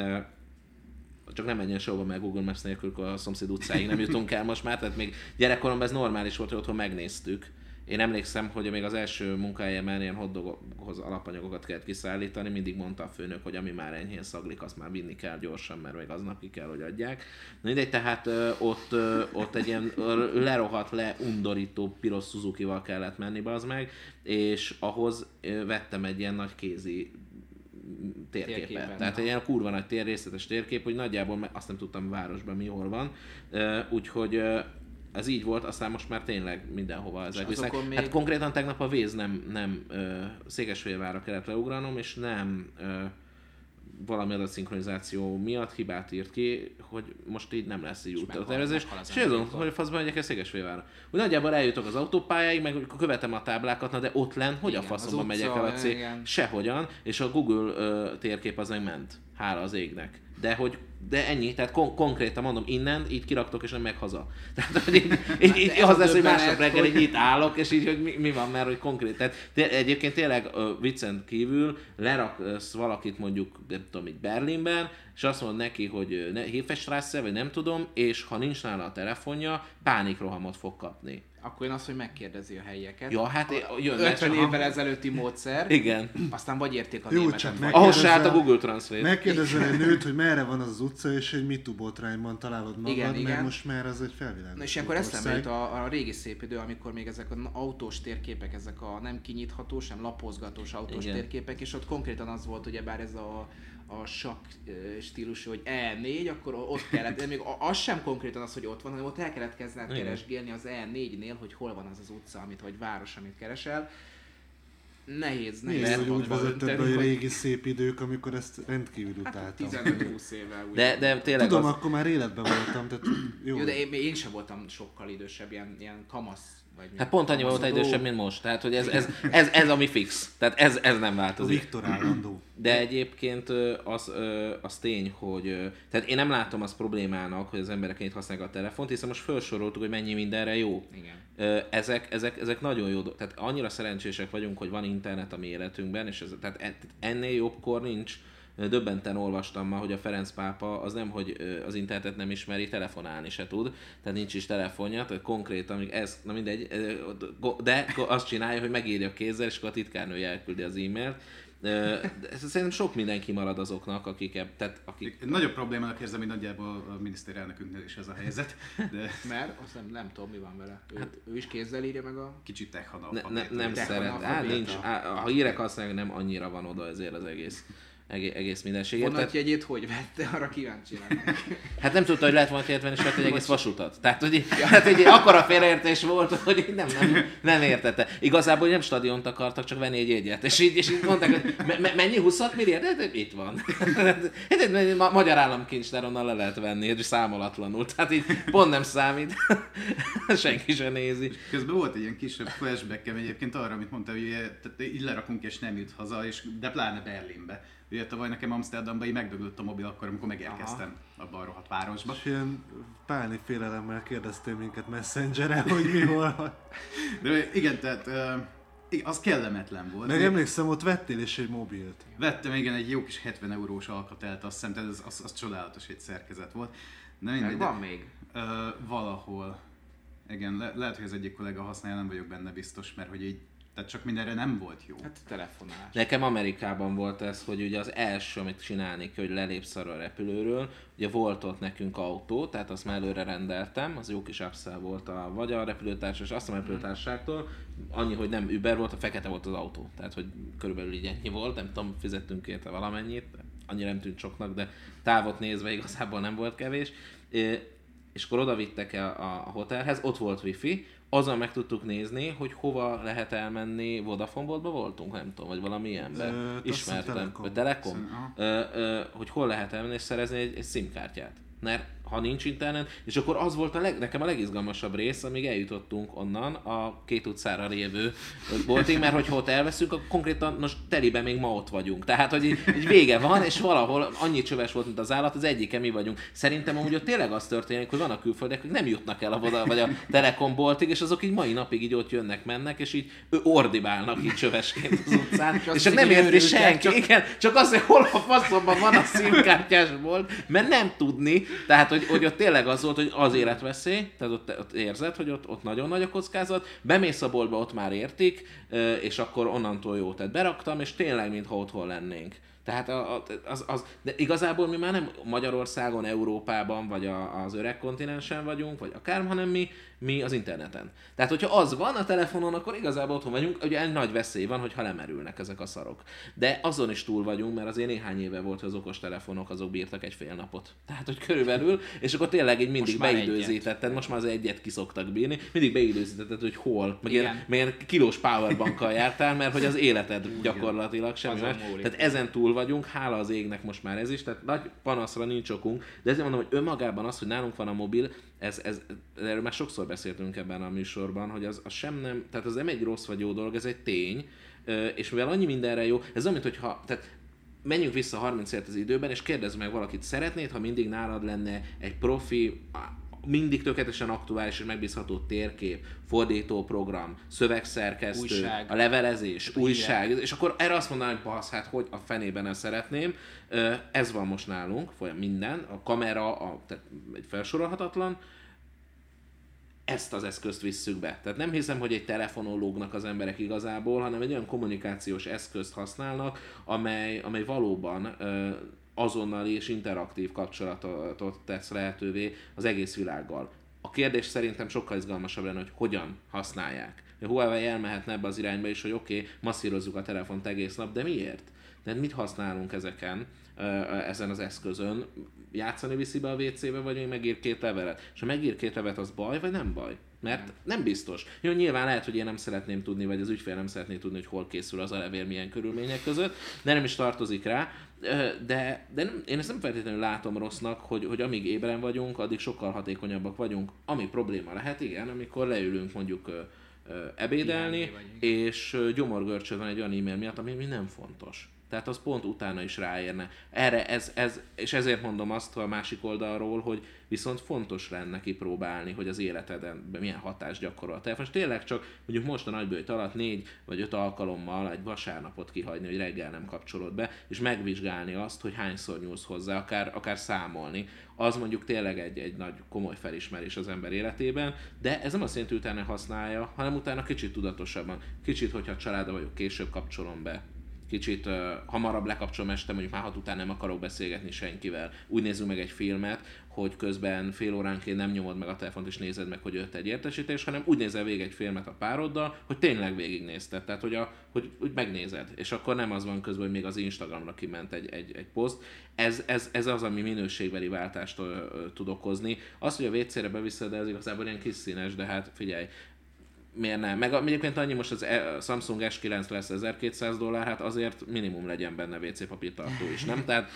Csak nem menjen sehova, mert Google Maps nélkül a szomszéd utcáig nem jutunk el most már, tehát még gyerekkoromban ez normális volt, hogy otthon megnéztük, Én emlékszem, hogy még az első munkahelyemen ilyen hotdoghoz alapanyagokat kellett kiszállítani, mindig mondta a főnök, hogy ami már enyhén szaglik, azt már vinni kell gyorsan, mert még aznap ki kell, hogy adják. Mindegy, tehát ott egy ilyen lerohadt, undorító piros Suzuki-val kellett menni, bazd meg, és ahhoz vettem egy ilyen nagy kézi térképet. Tehát egy ilyen kurva nagy részletes térkép, hogy nagyjából azt nem tudtam városban mi hol van. Úgyhogy ez így volt, aztán most már tényleg mindenhova ezek visznek. Még... Hát konkrétan tegnap a Waze nem Székesfehérvárra kellett leugranom, és nem valami adatszinkronizáció miatt hibát írt ki, hogy most így nem lesz így úttervezés. És azon, hogy faszban megyek el Székesfehérvárra. Úgy nagyjából eljutok az autópályáig, meg követem a táblákat, na de ott lenn, hogy igen, a faszomban megyek el a cég? Sehogyan, és a Google térkép az meg ment. Hála az égnek. De ennyi, tehát konkrétan mondom, innen így kiraktok, és nem meg haza. Tehát, hogy így az lesz, hogy másnap reggel így itt állok, és így, hogy mi van, mert hogy konkrét. Tehát egyébként tényleg viccen kívül leraksz valakit mondjuk, nem tudom, itt Berlinben, és azt mondod neki, hogy Hefestrasse, vagy nem tudom, és ha nincs nála a telefonja, pánikrohamot fog kapni. Akkor én azt, hogy megkérdezi a helyieket. Ja, hát jön 50 évvel ezelőtti módszer. Igen. Aztán vagy érték a németet. Ahhoz se állt a Google Translate. Megkérdezel egy nőt, hogy merre van az utca, és egy MeToo botrányban találod magad, mert most már az egy felvilágosult. Na és ilyenkor eszembe jut a régi szép idő, amikor még ezek az autós térképek, ezek a nem kinyithatós, nem lapozgatós autós térképek, és ott konkrétan az volt, ugyebár ez a sakk stílusú, hogy E4, akkor ott kellett, de még az sem konkrétan az, hogy ott van, hanem ott el kellett kezdened keresgélni az E4-nél, hogy hol van az az utca, vagy város, amit keresel. Nehéz. Úgy vezetted be a régi szép idők, amikor ezt rendkívül utáltam. 15-20 évvel úgy. De tényleg tudom, akkor már életben voltam, tehát jó, de én sem voltam sokkal idősebb, ilyen kamasz. Hát pont annyi volt idősebb, mint most. Tehát, hogy ez ami fix. Tehát ez nem változik. A Viktor állandó. De egyébként az tény, hogy... Tehát én nem látom azt problémának, hogy az emberek itt használják a telefont, hiszen most felsoroltuk, hogy mennyi mindenre jó. Igen. Ezek nagyon jó. Tehát annyira szerencsések vagyunk, hogy van internet a mi életünkben, és tehát ennél jobbkor nincs. Döbbenten olvastam ma, hogy a Ferenc pápa az nem, hogy az internetet nem ismeri, telefonálni se tud, tehát nincs is telefonja, tehát konkrétan, amíg ez, na mindegy, de azt csinálja, hogy megírja kézzel, és akkor a titkárnője elküldi az e-mailt. Szerintem sok mindenki marad azoknak, akik... Nagyobb problémának érzem, hogy nagyjából a miniszterelnökünknél is ez a helyzet. De... Mert azt nem tudom, mi van vele. Ő is kézzel írja meg a... Kicsit tech-analfabéta. Nem szeret. Nincs. Ha írek azt mondja, nem annyira van oda ezért az egész mindenségért. Vonatjegyét hogy vette? Arra kíváncsi lennék. Hát nem tudta, hogy lehet vonatjegyet venni, és vett egy egész vasutat. Tehát, hogy akkora félreértés volt, hogy nem értette. Igazából nem stadiont akartak, csak venni egy jegyet. És így mondták, hogy mennyi 26 milliárd? De itt van. Magyar államkincstár onnan le lehet venni, és számolatlanul. Tehát így pont nem számít. Senki sem nézi. Közben volt egy ilyen kisebb flashbackem egyébként arra, amit mondta, hogy így lerakunk és nem jut haza, de pláne Berlinbe. Ugye tavaly nekem Amsterdamban így megdöglött a mobil akkor, amikor megérkeztem abban a rohadt városba. És ilyen pálni félelemmel kérdeztél minket Messengeren, hogy mi hol. De igen, tehát az kellemetlen volt. Meg emlékszem, ott vettél is egy mobilt. Vettem, igen, egy jó kis 70 eurós alkatelt, azt hiszem, tehát az csodálatos egy szerkezet volt. De mindegy, van még? Valahol. Igen, lehet, hogy az egyik kollega használja, nem vagyok benne biztos, mert hogy így tehát csak mindenre nem volt jó. Hát telefonálás. Nekem Amerikában volt ez, hogy ugye az első, amit csinálni kell, hogy lelépsz arra a repülőről, ugye volt ott nekünk autó, tehát azt már előre rendeltem, az jó kis upsell volt vagy a repülőtársas, azt a repülőtársaságtól, annyi, hogy nem Uber volt, a fekete volt az autó, tehát hogy körülbelül így ennyi volt, nem tudom, fizettünk érte valamennyit, annyira nem tűnt soknak, de távot nézve igazából nem volt kevés, és akkor oda vittek el a hotelhez, ott volt wifi, azon meg tudtuk nézni, hogy hova lehet elmenni, Vodafone Boltba voltunk, nem tudom, vagy valami ilyenben. Ismertem. Telekom. Hogy hol lehet elmenni és szerezni egy SIM-kártyát. Mert ha nincs internet, és akkor az volt nekem a legizgalmasabb rész, amíg eljutottunk onnan a Két utcára lévő boltig, mert hogyha ott elveszünk, akkor konkrétan most teliben még ma ott vagyunk. Tehát, hogy így vége van, és valahol annyi csöves volt, mint az állat, az egyike mi vagyunk. Szerintem amúgy ott tényleg az történik, hogy vannak külföldiek, hogy nem jutnak el a Voda vagy a Telekom boltig, és azok így mai napig így ott jönnek-mennek, és így ordibálnak így csövesként az utcán, és csak nem érti senki. Igen, csak az, hogy hol a faszomban van a SIM-kártyás bolt, mert nem tudni, tehát, hogy hogy ott tényleg az volt, hogy az életveszély, tehát ott érzed, hogy ott nagyon nagy a kockázat, bemész a boltba, ott már értik, és akkor onnantól jó, tehát beraktam, és tényleg mintha otthon lennénk. Tehát de igazából mi már nem Magyarországon, Európában, vagy az öreg kontinensen vagyunk, vagy akár, hanem mi az interneten. Tehát, hogyha az van a telefonon, akkor igazából otthon vagyunk, ugye egy nagy veszély van, hogyha lemerülnek ezek a szarok. De azon is túl vagyunk, mert azért néhány éve volt, hogy az okostelefonok azok bírtak egy fél napot. Tehát, hogy körülbelül, és akkor tényleg így mindig beidőzítetted, most már az egyet ki szoktak bírni, mindig beidőzítetted, hogy hol, meg ilyen kilós powerbankkal jártál, mert hogy az életed gyakorlatilag semmi más. Tehát ezen túl vagyunk, hála az égnek most már ez is, tehát nagy panaszra nincs okunk, de ezért mondom, hogy önmagában az, hogy nálunk van a mobil, erről már sokszor beszéltünk ebben a műsorban, hogy az sem nem, tehát az nem egy rossz vagy jó dolog, ez egy tény, és mivel annyi mindenre jó, ez olyan, mintha, tehát menjünk vissza 30 évet az időben, és kérdezz meg valakit, szeretnéd, ha mindig nálad lenne egy profi, mindig tökéletesen aktuális és megbízható térkép, fordítóprogram, szövegszerkesztő, újság, a levelezés, újság, és akkor erre azt mondanám, hogy basz, hát hogy a fenében ezt szeretném. Ez van most nálunk, minden, a kamera, tehát egy felsorolhatatlan, ezt az eszközt visszük be. Tehát nem hiszem, hogy egy telefonon lógnak az emberek igazából, hanem egy olyan kommunikációs eszközt használnak, amely valóban azonnali és interaktív kapcsolatot tesz lehetővé az egész világgal. A kérdés szerintem sokkal izgalmasabb lenne, hogy hogyan használják. A Huawei elmehetne ebbe az irányba is, hogy oké, masszírozzuk a telefont egész nap, de miért? De mit használunk ezen az eszközön? Játszani viszi be a WC-be, vagy még megír 2 levelet? És ha megír 2 levelet, az baj, vagy nem baj? Mert nem biztos. Jó, nyilván lehet, hogy én nem szeretném tudni, vagy az ügyfél nem szeretné tudni, hogy hol készül az a levél, milyen körülmények között, de nem is tartozik rá. De nem, én ezt nem feltétlenül látom rossznak, hogy amíg ébren vagyunk, addig sokkal hatékonyabbak vagyunk. Ami probléma lehet, igen, amikor leülünk mondjuk ebédelni, és gyomorgörcsöd van egy olyan e-mail miatt, ami nem fontos. Tehát az pont utána is ráérne. Erre és ezért mondom azt a másik oldalról, hogy viszont fontos lenne kipróbálni, hogy az életeden milyen hatást gyakorol a telefon. És tényleg csak mondjuk most a nagybőjt alatt 4 vagy 5 alkalommal egy vasárnapot kihagyni, hogy reggel nem kapcsolod be, és megvizsgálni azt, hogy hányszor nyúlsz hozzá, akár számolni. Az mondjuk tényleg egy nagy komoly felismerés az ember életében, de ez nem azt jelenti, hogy utána használja, hanem utána kicsit tudatosabban. Kicsit, hogyha családban vagyok, később kapcsolom be. Kicsit hamarabb lekapcsolom este, mondjuk már 6 után nem akarok beszélgetni senkivel. Úgy nézzük meg egy filmet, hogy közben fél óránként nem nyomod meg a telefont és nézed meg, hogy jött egy értesítés, hanem úgy nézel végig egy filmet a pároddal, hogy tényleg végignézted. Tehát, hogy megnézed. És akkor nem az van közben, hogy még az Instagramra kiment egy poszt. Ez az, ami minőségbeli váltást tud okozni. Az, hogy a WC-re beviszed, ez igazából ilyen kis színes, de hát figyelj, miért nem? Meg egyébként annyi most az Samsung S9 lesz $1200, hát azért minimum legyen benne WC papírtartó is, nem? Tehát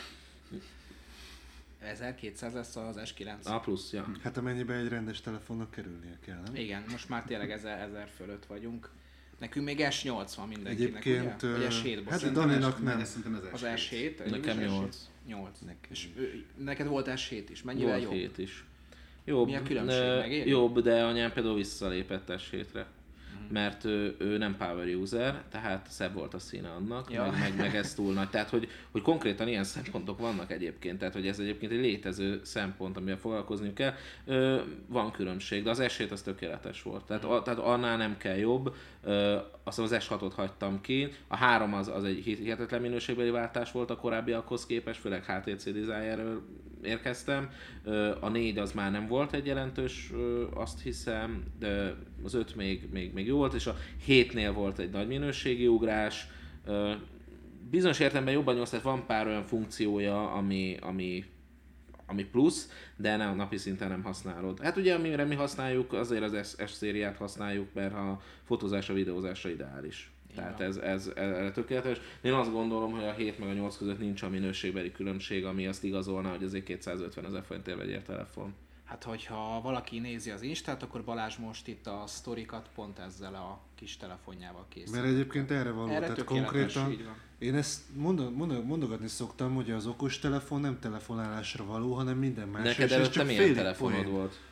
1200 lesz az S9. A plusz, ja. Hát amennyiben egy rendes telefonnak kerülnie kell, nem? Igen, most már tényleg 1000 fölött vagyunk. Nekünk még S8 van mindenkinek, egyébként, ugye? Vagy S7-ból. Hát Daninak nem. Az S7. Nekem 8. 8. És neked volt S7 is. Mennyivel jobb? 7 is. Jobb, mi a különbség? Megéri? Jobb, de anyám például visszalépett S7-re. Mert ő nem power user, tehát szebb volt a színe annak, ja. meg ez túl nagy. Tehát, hogy konkrétan ilyen szempontok vannak egyébként, tehát, hogy ez egyébként egy létező szempont, amivel foglalkozniuk kell. Van különbség, de az S7 az tökéletes volt. Tehát annál nem kell jobb. Azt az S6-ot hagytam ki. A 3 az egy hihetetlen minőségbeli váltás volt a korábbiakhoz képest, főleg HTC Desire-ről érkeztem. A 4 az már nem volt egy jelentős, azt hiszem, de az 5 még jó volt, és a 7-nél volt egy nagy minőségi ugrás. Bizonyos értelemben jobban nyolc, tehát van pár olyan funkciója, ami plusz, de nem, napi szinten nem használod. Hát ugye amire mi használjuk, azért az S-szériát használjuk, mert a fotózásra, videózásra ideális. Tehát ez tökéletes. Én azt gondolom, hogy a 7 meg a 8 között nincs a minőségbeli különbség, ami azt igazolna, hogy azért 250 000 forintért vegyél telefon. Hát, hogyha valaki nézi az Instát, akkor Balázs most itt a sztorikat pont ezzel a kis telefonjával készül. Mert egyébként erre való, tehát konkrétan én ezt mondogatni szoktam, hogy az okostelefon nem telefonálásra való, hanem minden más. Neked előtte milyen telefonod volt?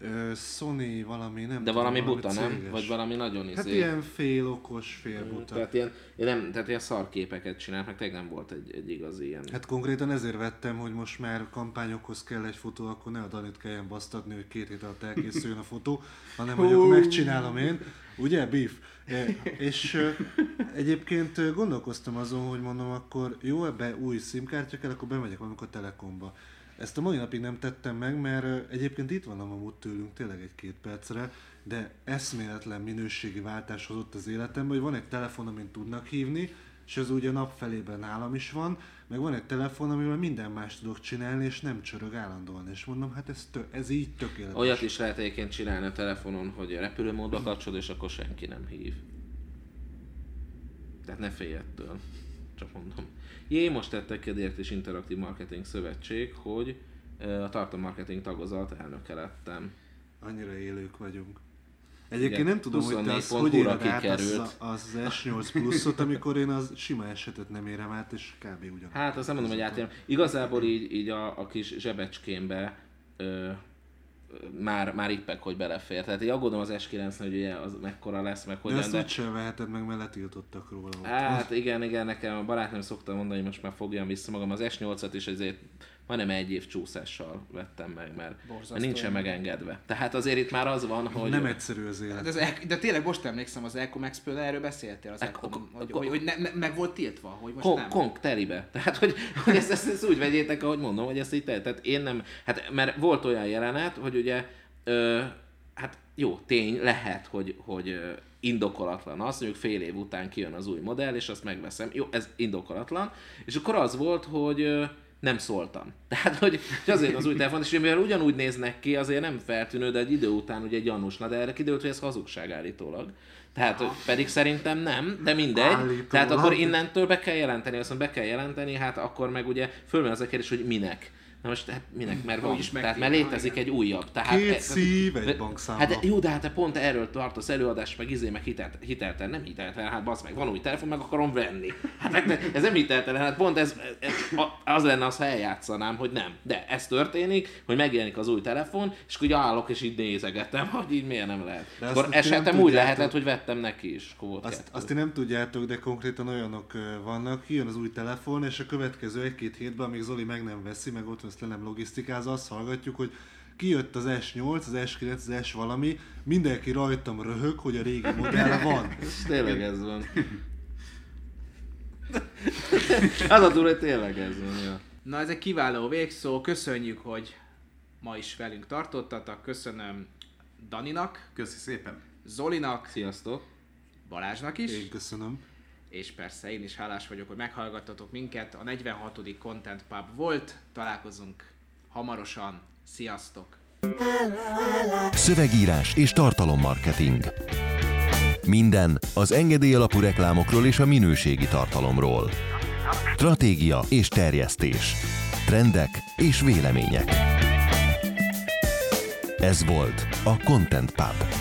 Sony valami, nem de tudom, valami buta, céges. nem? Vagy valami nagyon Hát ilyen fél okos, fél buta. Tehát ilyen szarképeket csinált, meg tényleg nem volt egy igazi ilyen. Hát konkrétan ezért vettem, hogy most már kampányokhoz kell egy fotó, akkor ne a Danit kelljen basztatni, hogy 2 hét alatt elkészüljön a fotó, hanem hogy akkor megcsinálom én. Ugye, Beef? És egyébként gondolkoztam azon, hogy mondom, akkor jó, ebbe új SIM-kártya kell, akkor bemegyek valamikor a Telekomba. Ezt a mai napig nem tettem meg, mert egyébként itt van amúgy tőlünk tényleg 1-2 percre, de eszméletlen minőségi váltás hozott az életembe, hogy van egy telefon, amin tudnak hívni, és ez ugye a nap felében nálam is van, meg van egy telefon, amivel minden más tudok csinálni, és nem csörög állandóan. És mondom, hát ez így tökéletes. Olyat is lehet egyébként csinálni a telefonon, hogy repülőmódba kapcsolod, és akkor senki nem hív. Tehát ne félj ettől. Csak mondom. Most tettek ki a Direkt és Interaktív Marketing Szövetség, hogy a tartalommarketing tagozat elnöke lettem. Annyira élők vagyunk. Egyébként igen, nem tudom, hogy te azt hogy éred át az S8 pluszot, amikor én az sima esetet nem érem át, és kb. Ugyanaz. Hát azt nem mondom, hogy átérem. Igazából így a kis zsebecskémbe már ippek, hogy belefér. Tehát így aggódom az S9-en, hogy ugye az mekkora lesz, meg hogyan. De ezt úgysem veheted meg, mert letiltottak róla. Hát igen, nekem a barátnőm szokta mondani, hogy most már fogjam vissza magam. Az S8-at is azért majdnem 1 év csúszással vettem meg, mert nincsen megengedve. Tehát azért itt már az van, hogy... Nem egyszerű az élet. De tényleg most emlékszem az Ecom Expo-n, erről beszéltél az Ecom, hogy meg volt tiltva, hogy most nem. Konk telibe. Tehát, hogy ezt úgy vegyétek, ahogy mondom, hogy ezt így tehát én nem... Hát, mert volt olyan jelenet, hogy ugye... hát jó, tény, lehet, hogy indokolatlan az, mondjuk fél év után kijön az új modell, és azt megveszem. Jó, ez indokolatlan. És akkor az volt, hogy... nem szóltam. Tehát, hogy azért az új telefon, és mivel ugyanúgy néznek ki, azért nem feltűnő, de egy idő után ugye gyanúsna, de erre kiderült, hogy ez hazugság állítólag. Tehát, pedig szerintem nem, de mindegy. Állítólag. Tehát akkor innentől be kell jelenteni, azt mondom, be kell jelenteni, hát akkor meg ugye fölmerül az a kérdés, hogy minek. Na most hát minek, mert van, tehát mert létezik egy újabb. Tehát, 2 szív, egy bankszámla. Hát jó, de hát te pont erről tartasz előadást, meg meg hiteltelen, nem hiteltelen, hát bassz meg, van új telefon, meg akarom venni. Hát ez nem hiteltelen, hát pont ez az lenne az, ha eljátszanám, hogy nem. De ez történik, hogy megjelenik az új telefon, és akkor állok és így nézegetem, hogy így miért nem lehet. De akkor esetem úgy lehetett, hogy vettem neki is. Azt ti nem tudjátok, de konkrétan olyanok vannak, kijön az új telefon, és a következő 1-2 hétben, amíg Zoli meg nem veszi, meg ott ezt le nem logisztikázza, azt hallgatjuk, hogy kijött az S8, az S9, az S valami, mindenki rajtam röhög, hogy a régi modell van. Tényleg ez van. Az a durva, hogy tényleg ez van, ja. Na ez egy kiváló végszó, köszönjük, hogy ma is velünk tartottatok, köszönöm Daninak. Köszi szépen. Zolinak. Sziasztok. Balázsnak is. Én köszönöm. És persze én is hálás vagyok, hogy meghallgattatok minket. A 46. Content Pub volt, találkozunk hamarosan. Sziasztok! Szövegírás és tartalommarketing. Minden az engedély alapú reklámokról és a minőségi tartalomról. Stratégia és terjesztés. Trendek és vélemények. Ez volt a Content Pub.